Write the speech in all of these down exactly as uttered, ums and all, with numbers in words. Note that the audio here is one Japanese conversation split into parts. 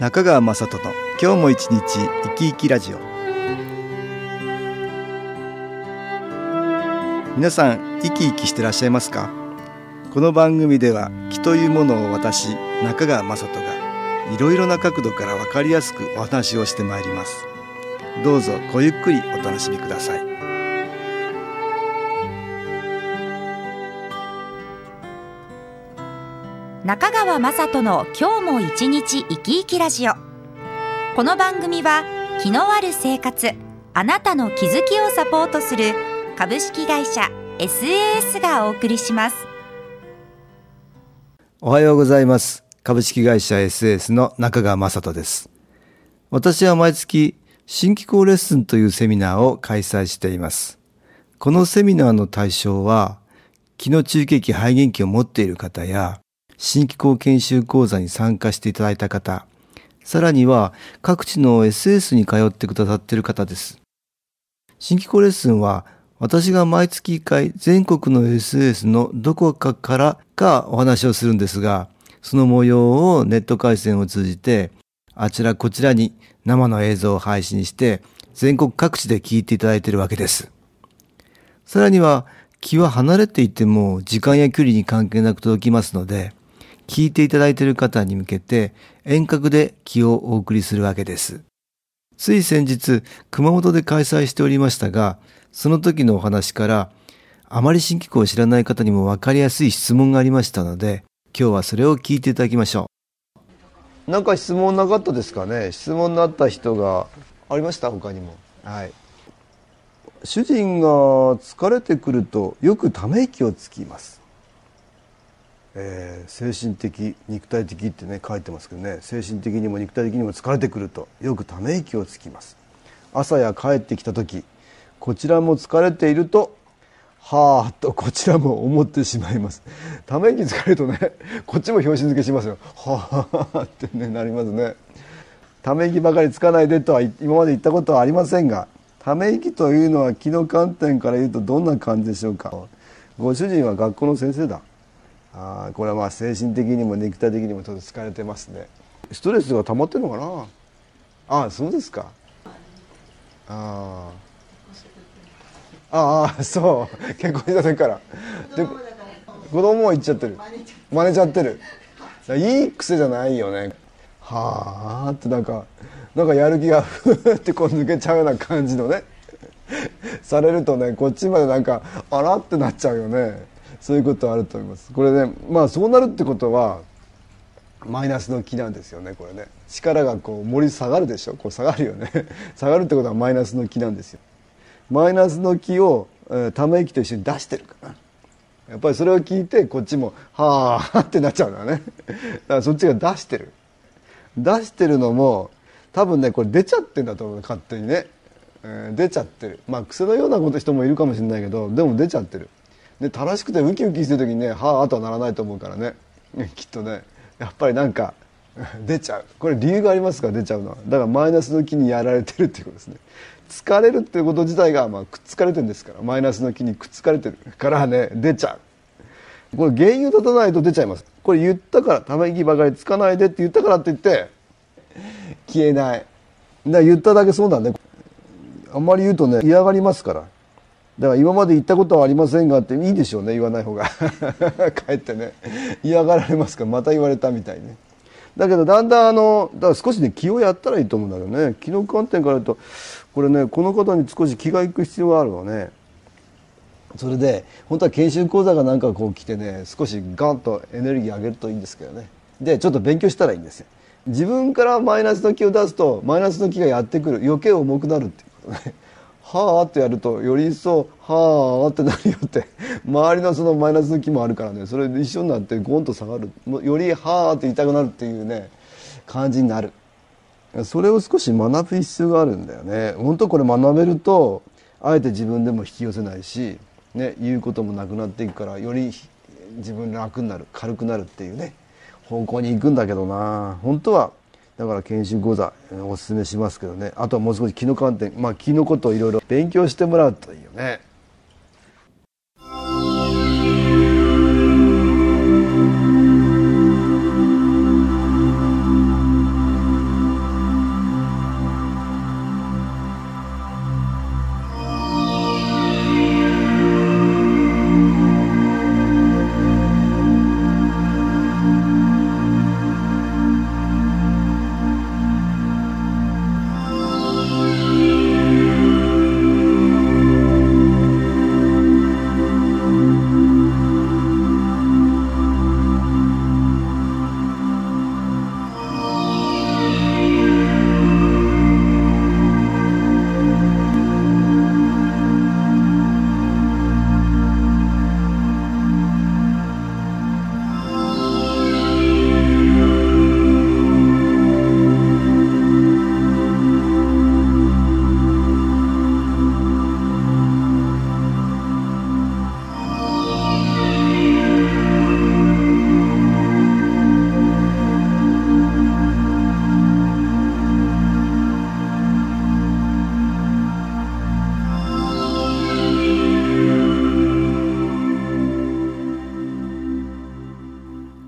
中川雅人の今日も一日生き生きラジオ。皆さん生き生きしてらっしゃいますか？この番組では気というものを私中川雅人がいろいろな角度から分かりやすくお話をしてまいります。どうぞごゆっくりお楽しみください。 中川雅人の今日も一日生き生きラジオ。この番組は気のある生活、あなたの気づきをサポートする株式会社 エスエーエス がお送りします。 おはようございます。株式会社 エスエーエス の中川雅人です。私は毎月新機構レッスンというセミナーを開催しています。このセミナーの対象は気の中継器肺元気を持っている方や新機構研修講座に参加していただいた方、さらには各地の エスエス に通ってくださっている方です。新機構レッスンは私が毎月いっかい全国の エスエス のどこかからかお話をするんですが、その模様をネット回線を通じてあちらこちらに生の映像を配信して全国各地で聞いていただいているわけです。さらには気は離れていても時間や距離に関係なく届きますので、聞いていただいている方に向けて遠隔で気をお送りするわけです。つい先日熊本で開催しておりましたが、その時のお話からあまり新機構を知らない方にも分かりやすい質問がありましたので、今日はそれを聞いていただきましょう。なんか質問なかったですかね？質問になった人がありました？他にも。はい。主人が疲れてくるとよくため息をつきます。えー、精神的肉体的ってね書いてますけどね、精神的にも肉体的にも疲れてくるとよくため息をつきます。朝や帰ってきた時、こちらも疲れているとはぁとこちらも思ってしまいます。ため息疲れるとね、こっちも拍子付けしますよ。はぁってねなりますね。ため息ばかりつかないでとは今まで言ったことはありませんが、ため息というのは気の観点から言うとどんな感じでしょうか？ご主人は学校の先生だ。あ、これはまあ精神的にも肉体的にもちょっと疲れてますね。ストレスが溜まってるのかな。ああ、そうですか。ああああ、そう結婚した時からで子供も言っちゃってる、真似ちゃってる。いい癖じゃないよね。はあってなんかなんかやる気がふーってこう抜けちゃうような感じのねされるとね、こっちまでなんかあらってなっちゃうよね。そういうことあると思います。これね、まあそうなるってことはマイナスの気なんですよね。これね、力がこう盛り下がるでしょ。こう下がるよね下がるってことはマイナスの気なんですよ。マイナスの気を、えー、ため息と一緒に出してるからやっぱりそれを聞いてこっちもはーってなっちゃうんだねだからそっちが出してる出してるのも多分ねこれ出ちゃってんだと思う。勝手にね、えー、出ちゃってる。まあ癖のようなこと人もいるかもしれないけど、でも出ちゃってる。で正しくてウキウキしてる時にねはーとはならないと思うからねきっとねやっぱりなんか出ちゃう。これ理由がありますから出ちゃうのは。だからマイナスの気にやられてるっていうことですね。疲れるっていうこと自体がまあくっつかれてるんですから、マイナスの気にくっつかれてるからね出ちゃう。これ原因を立たないと出ちゃいます。これ言ったからため息ばかりつかないでって言ったからって言って消えない。だから言っただけそうなんで、あんまり言うとね嫌がりますから。だから今まで言ったことはありませんがっていいでしょうね、言わない方がかえってね嫌がられますから、また言われたみたいね。だけどだんだんあのだから少しね気をやったらいいと思うんだけどね。気の観点から言うとこれね、この方に少し気がいく必要があるのね。それで本当は研修講座がなんかこう来てね、少しガンとエネルギー上げるといいんですけどね。でちょっと勉強したらいいんですよ。自分からマイナスの気を出すとマイナスの気がやってくる、余計重くなるっていうことね。はーってやるとより一層はーってなるよって周りのそのマイナスの気もあるからね、それで一緒になってゴンと下がる、よりはーって言いたくなるっていうね感じになる。それを少し学ぶ必要があるんだよね。本当これ学べるとあえて自分でも引き寄せないし、ね、言うこともなくなっていくから、より自分楽になる、軽くなるっていうね方向に行くんだけどな。本当はだから研修講座おすすめしますけどね。あとはもう少し気の観点、まあ気のことをいろいろ勉強してもらうといいよね。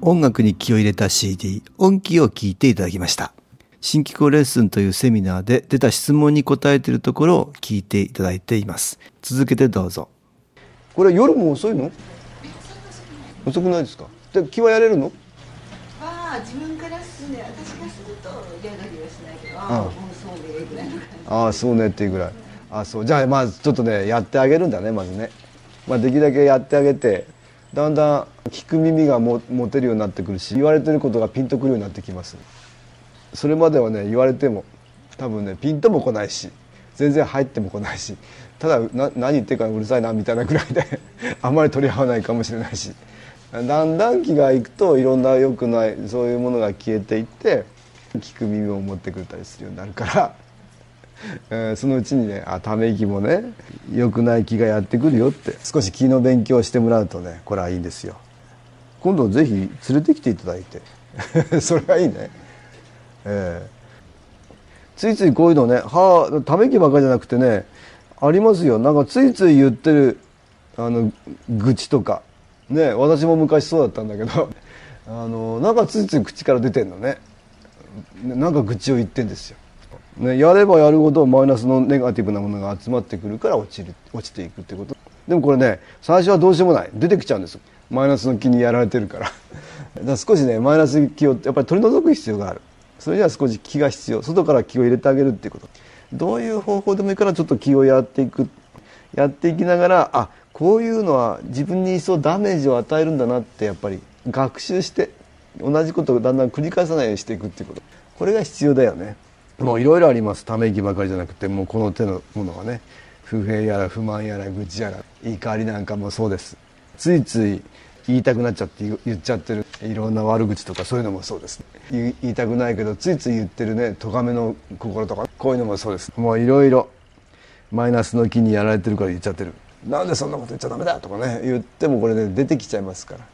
音楽に気を入れた シーディー 音気を聞いていただきました。新機構レッスンというセミナーで出た質問に答えているところを聞いていただいています。続けてどうぞ。これ夜も遅いの？遅くないですか？で気はやれるの？ まあ自分からするね、私がするとやる気はしないけど、ああもうそうねぐらいの感じ。ああそうねっていうぐらい。あそうじゃあまあちょっとねやってあげるんだねまずね。まあできるだけやってあげて、だんだん聞く耳がも持てるようになってくるし、言われてることがピンとくるようになってきます。それまではね言われても多分ねピンとも来ないし、全然入っても来ないし、ただな何言ってるかうるさいなみたいなぐらいであんまり取り合わないかもしれないし、だんだん気がいくといろんな良くないそういうものが消えていって聞く耳を持ってくれたりするようになるから、えー、そのうちにねあため息もね良くない気がやってくるよって少し気の勉強をしてもらうとねこれはいいんですよ。今度ぜひ連れてきていただいてそれがいいね、えー、ついついこういうのねはあため息ばかりじゃなくてねありますよ。なんかついつい言ってるあの愚痴とかね、私も昔そうだったんだけどあのなんかついつい口から出てんのね。なんか愚痴を言ってんですよ、ね、やればやるほどマイナスのネガティブなものが集まってくるから落ちる落ちていくってこと。でもこれね最初はどうしようもない出てきちゃうんですよ。マイナスの気にやられてるからだから少しねマイナス気をやっぱり取り除く必要がある。それには少し気が必要。外から気を入れてあげるっていうこと。どういう方法でもいいからちょっと気をやっていくやっていきながら、あこういうのは自分にそうダメージを与えるんだなってやっぱり学習して同じことをだんだん繰り返さないようにしていくっていうこと、これが必要だよね。もういろいろあります。ため息ばかりじゃなくてもうこの手のものはね不平やら不満やら愚痴やら怒りなんかもそうです。ついつい言いたくなっちゃって言っちゃってるいろんな悪口とかそういうのもそうです。言いたくないけどついつい言ってるね咎めの心とかこういうのもそうです。もういろいろマイナスの気にやられてるから言っちゃってる。なんでそんなこと言っちゃダメだとかね言ってもこれね出てきちゃいますから、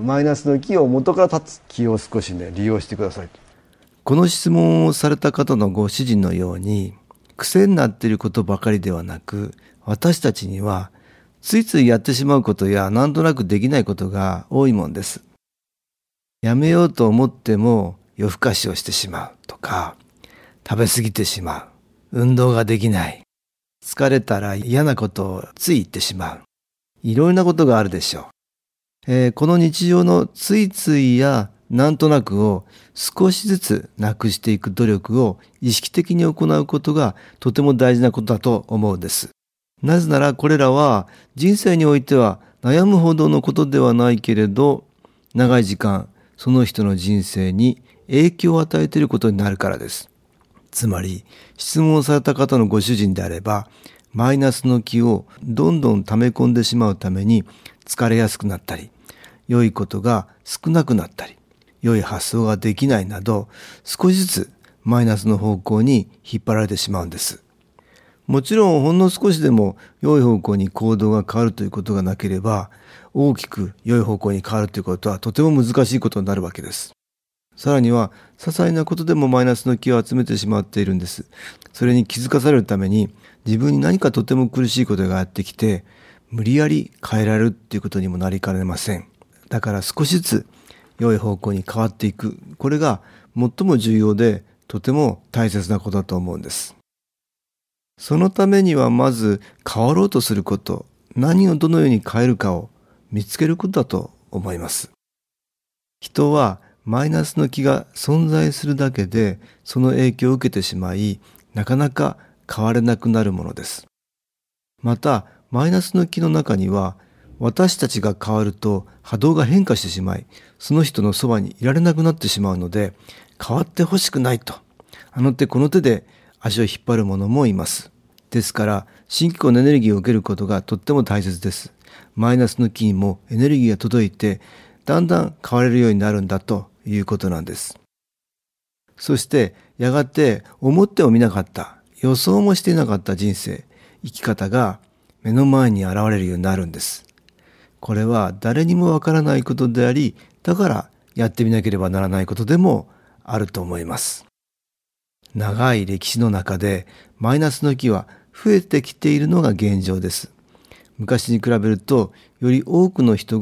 マイナスの気を元から立つ気を少しね利用してください。この質問をされた方のご主人のように癖になっていることばかりではなく、私たちにはついついやってしまうことやなんとなくできないことが多いもんです。やめようと思っても夜更かしをしてしまうとか、食べ過ぎてしまう、運動ができない、疲れたら嫌なことをつい言ってしまう、いろいろなことがあるでしょう。えー、この日常のついついやなんとなくを少しずつなくしていく努力を意識的に行うことがとても大事なことだと思うんです。なぜならこれらは人生においては悩むほどのことではないけれど、長い時間その人の人生に影響を与えていることになるからです。つまり質問された方のご主人であれば、マイナスの気をどんどん溜め込んでしまうために疲れやすくなったり、良いことが少なくなったり、良い発想ができないなど、少しずつマイナスの方向に引っ張られてしまうんです。もちろんほんの少しでも良い方向に行動が変わるということがなければ、大きく良い方向に変わるということはとても難しいことになるわけです。さらには些細なことでもマイナスの気を集めてしまっているんです。それに気づかされるために自分に何かとても苦しいことがやってきて、無理やり変えられるっていうことにもなりかねません。だから少しずつ良い方向に変わっていく。これが最も重要でとても大切なことだと思うんです。そのためにはまず変わろうとすること、何をどのように変えるかを見つけることだと思います。人はマイナスの気が存在するだけでその影響を受けてしまい、なかなか変われなくなるものです。またマイナスの気の中には、私たちが変わると波動が変化してしまい、その人のそばにいられなくなってしまうので、変わってほしくないと、あの手この手で足を引っ張る者もいます。ですから新機構のエネルギーを受けることがとっても大切です。マイナスの気にもエネルギーが届いて、だんだん変われるようになるんだということなんです。そしてやがて思ってもみなかった、予想もしていなかった人生、生き方が目の前に現れるようになるんです。これは誰にもわからないことであり、だからやってみなければならないことでもあると思います。長い歴史の中でマイナスの気は増えてきているのが現状です。昔に比べるとより多くの人が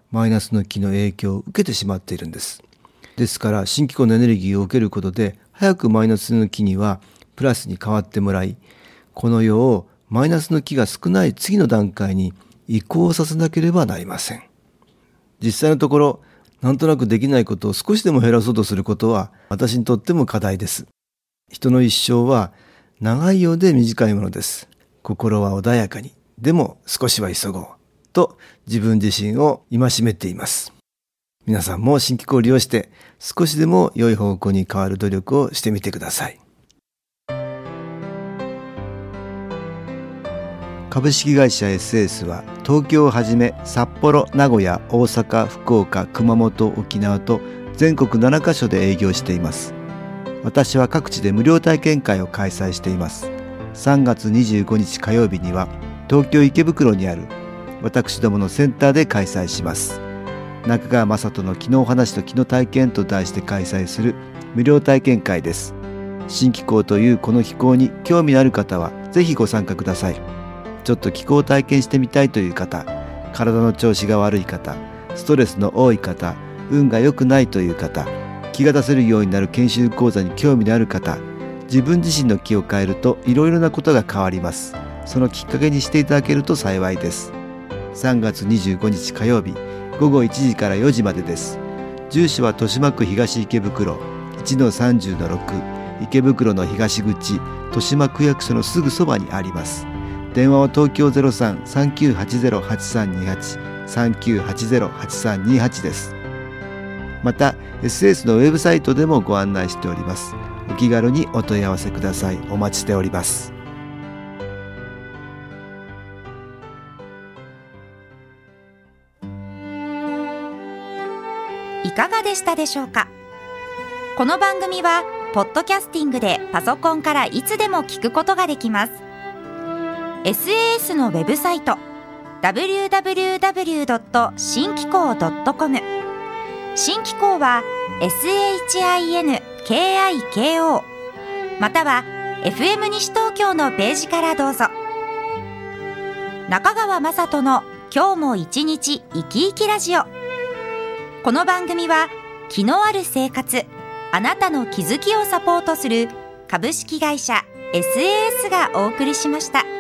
マイナスの気の影響を受けてしまっているんです。ですから新機構のエネルギーを受けることで早くマイナスの気にはプラスに変わってもらい、この世をマイナスの気が少ない次の段階に移行させなければなりません。実際のところ、なんとなくできないことを少しでも減らそうとすることは私にとっても課題です。人の一生は長いようで短いものです。心は穏やかに、でも少しは急ごうと自分自身を戒めています。皆さんも新機構を利用して少しでも良い方向に変わる努力をしてみてください。株式会社 エスエス は東京をはじめ札幌、名古屋、大阪、福岡、熊本、沖縄と全国ななカ所で営業しています。私は各地で無料体験会を開催しています。さんがつにじゅうごにち火曜日には東京池袋にある私どものセンターで開催します。中川雅人の気のお話と気の体験と題して開催する無料体験会です。新気候というこの気候に興味のある方はぜひご参加ください。ちょっと気候を体験してみたいという方、体の調子が悪い方、ストレスの多い方、運が良くないという方、気が出せるようになる研修講座に興味のある方、自分自身の気を変えるといろいろなことが変わります。そのきっかけにしていただけると幸いです。さんがつにじゅうごにち火曜日ごごいちじからよじまでです。住所は豊島区東池袋 いちのさんじゅうのろく、池袋の東口豊島区役所のすぐそばにあります。電話は東京 ゼロさん さんきゅうはちゼロ はちさんにはち さんきゅうはちゼロ はちさんにはちです。また エスエス のウェブサイトでもご案内しております。お気軽にお問い合わせください。お待ちしております。 いかがでしたでしょうか。この番組はポッドキャスティングでパソコンからいつでも聞くことができます。 エスエーエス のウェブサイト ダブリューダブリューダブリュードットシンキコードットコム、 新気候は エスエイチアイエヌケーアイケーオー または エフエム 西東京のページからどうぞ。中川雅人の今日も一日生き生きラジオ。この番組は気のある生活、あなたの気づきをサポートする株式会社 エスエーエス がお送りしました。